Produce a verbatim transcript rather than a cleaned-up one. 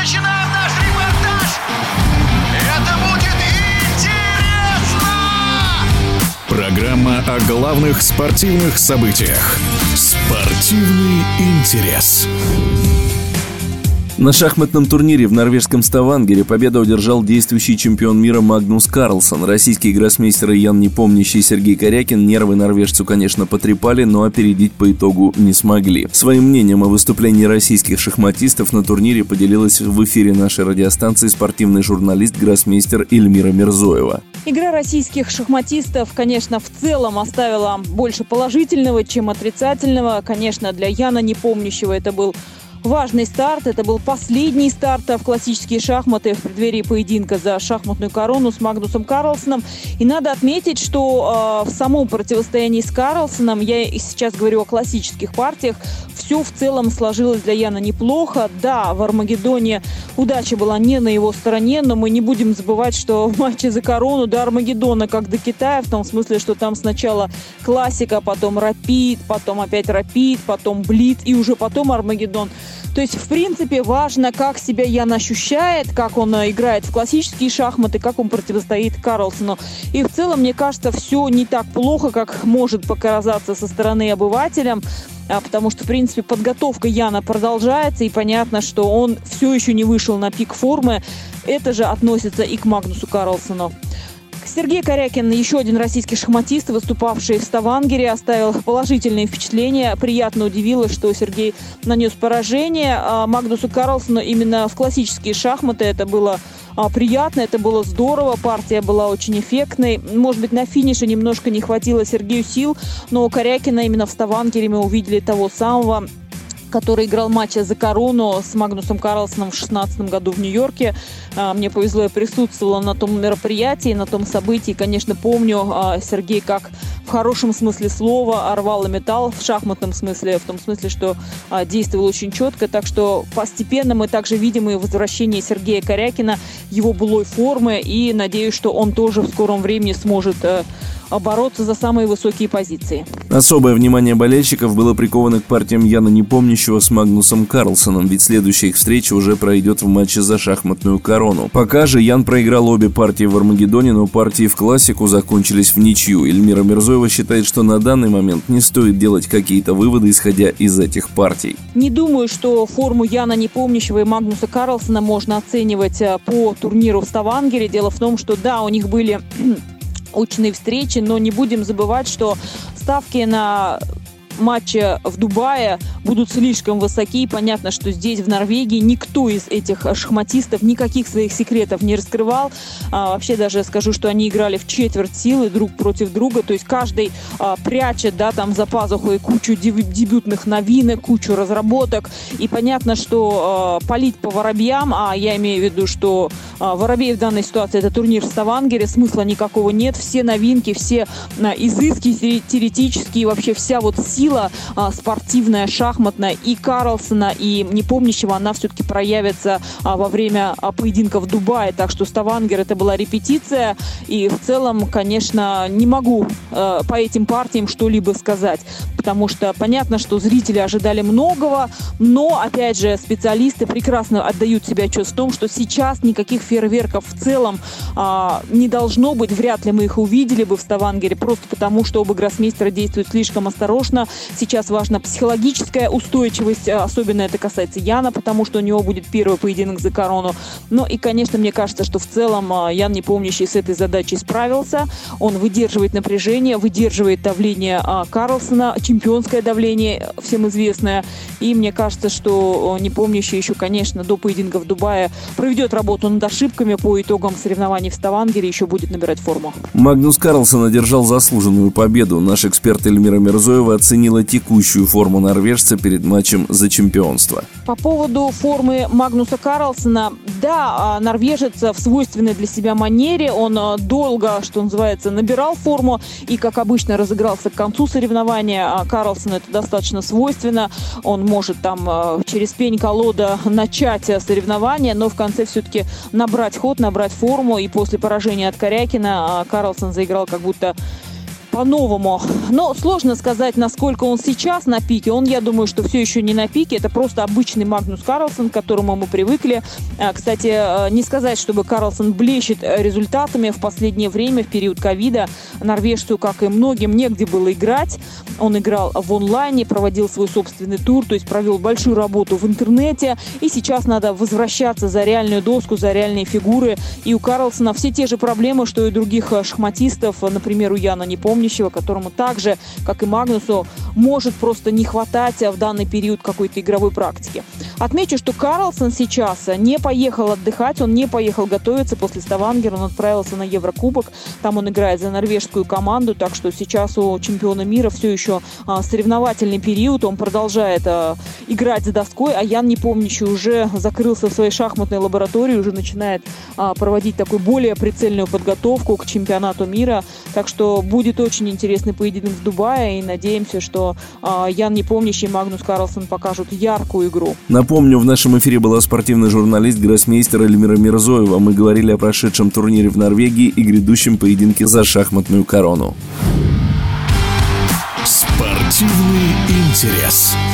начинаем наш репортаж. Это будет интересно! Программа о главных спортивных событиях. Спортивный интерес. На шахматном турнире в норвежском Ставангере победу одержал действующий чемпион мира Магнус Карлсон. Российские гроссмейстеры Ян Непомнящий и Сергей Корякин нервы норвежцу, конечно, потрепали, но опередить по итогу не смогли. Своим мнением о выступлении российских шахматистов на турнире поделилась в эфире нашей радиостанции спортивный журналист, гроссмейстер Эльмира Мирзоева. Игра российских шахматистов, конечно, в целом оставила больше положительного, чем отрицательного. Конечно, для Яна Непомнящего это был важный старт. Это был последний старт в классические шахматы в преддверии поединка за шахматную корону с Магнусом Карлсоном. И надо отметить, что э, в самом противостоянии с Карлсоном, я сейчас говорю о классических партиях, все в целом сложилось для Яна неплохо. Да, в Армагеддоне удача была не на его стороне, но мы не будем забывать, что в матче за корону до Армагеддона, как до Китая, в том смысле, что там сначала классика, потом рапид, потом опять рапид, потом блиц и уже потом Армагеддон. То есть, в принципе, важно, как себя Ян ощущает, как он играет в классические шахматы, как он противостоит Карлсону. И в целом, мне кажется, все не так плохо, как может показаться со стороны обывателям, потому что, в принципе, подготовка Яна продолжается, и понятно, что он все еще не вышел на пик формы. Это же относится и к Магнусу Карлсону. Сергей Корякин, еще один российский шахматист, выступавший в Ставангере, оставил положительные впечатления. Приятно удивило, что Сергей нанес поражение а Магнусу Карлсону именно в классические шахматы. Это было а, приятно, это было здорово, партия была очень эффектной. Может быть, на финише немножко не хватило Сергею сил, но у Корякина именно в Ставангере мы увидели того самого, который играл матч за корону с Магнусом Карлсоном в две тысячи шестнадцатом году в Нью-Йорке. Мне повезло, я присутствовала на том мероприятии, на том событии. Конечно, помню, Сергей как в хорошем смысле слова рвал и металл, в шахматном смысле, в том смысле, что действовал очень четко. Так что постепенно мы также видим и возвращение Сергея Корякина, его былой формы. И надеюсь, что он тоже в скором времени сможет бороться за самые высокие позиции. Особое внимание болельщиков было приковано к партиям Яна Непомнящего с Магнусом Карлсоном, ведь следующая их встреча уже пройдет в матче за шахматную корону. Пока же Ян проиграл обе партии в Армагеддоне, но партии в классику закончились в ничью. Эльмира Мирзоева считает, что на данный момент не стоит делать какие-то выводы, исходя из этих партий. Не думаю, что форму Яна Непомнящего и Магнуса Карлсона можно оценивать по турниру в Ставангере. Дело в том, что да, у них были очные встречи, но не будем забывать, что ставки на матчи в Дубае будут слишком высоки. И понятно, что здесь, в Норвегии, никто из этих шахматистов никаких своих секретов не раскрывал. А, вообще даже скажу, что они играли в четверть силы друг против друга. То есть каждый а, прячет, да, там за пазухой кучу дебютных новинок, кучу разработок. И понятно, что а, палить по воробьям, а я имею в виду, что а, воробей в данной ситуации это турнир в Ставангере, смысла никакого нет. Все новинки, все а, изыски теоретические, вообще вся вот сила а, спортивная, шахматная и Карлсона, и Непомнящего, она все-таки проявится а, во время а, поединка в Дубае. Так что Ставангер — это была репетиция. И в целом, конечно, не могу а, по этим партиям что-либо сказать. Потому что понятно, что зрители ожидали многого, но, опять же, специалисты прекрасно отдают себе отчет в том, что сейчас никаких фейерверков в целом а, не должно быть. Вряд ли мы их увидели бы в Ставангере, просто потому, что оба гроссмейстера действуют слишком осторожно. Сейчас важна психологическая устойчивость, особенно это касается Яна, потому что у него будет первый поединок за корону. Ну и, конечно, мне кажется, что в целом Ян Непомнящий с этой задачей справился. Он выдерживает напряжение, выдерживает давление Карлсона, чемпионское давление, всем известное. И мне кажется, что Непомнящий еще, конечно, до поединка в Дубае проведет работу над ошибками, по итогам соревнований в Ставангере еще будет набирать форму. Магнус Карлсон одержал заслуженную победу. Наш эксперт Эльмира Мирзоева оценила текущую форму норвежца перед матчем за чемпионство. По поводу формы Магнуса Карлсона, да, норвежец в свойственной для себя манере, он долго, что называется, набирал форму и, как обычно, разыгрался к концу соревнования. Карлсону это достаточно свойственно, он может там через пень-колода начать соревнования, но в конце все-таки набрать ход, набрать форму, и после поражения от Корякина Карлсон заиграл как будто по-новому. Но сложно сказать, насколько он сейчас на пике. Он, я думаю, что все еще не на пике. Это просто обычный Магнус Карлсон, к которому мы привыкли. Кстати, не сказать, чтобы Карлсон блещет результатами. В последнее время, в период ковида, норвежцу, как и многим, негде было играть. Он играл в онлайне, проводил свой собственный тур, то есть провел большую работу в интернете. И сейчас надо возвращаться за реальную доску, за реальные фигуры. И у Карлсона все те же проблемы, что и у других шахматистов, например, у Яна Непомнящего, которому так же, как и Магнусу, может просто не хватать в данный период какой-то игровой практики. Отмечу, что Карлсон сейчас не поехал отдыхать, он не поехал готовиться после Ставангера, он отправился на Еврокубок, там он играет за норвежскую команду, так что сейчас у чемпиона мира все еще а, соревновательный период, он продолжает а, играть за доской, а Ян Непомнящий уже закрылся в своей шахматной лаборатории, уже начинает а, проводить такую более прицельную подготовку к чемпионату мира, так что будет очень интересный поединок в Дубае, и надеемся, что а, Ян Непомнящий и Магнус Карлсон покажут яркую игру. Напомню, в нашем эфире была спортивный журналист, гроссмейстер Эльмира Мирзоева. Мы говорили о прошедшем турнире в Норвегии и грядущем поединке за шахматную корону. Спортивный интерес.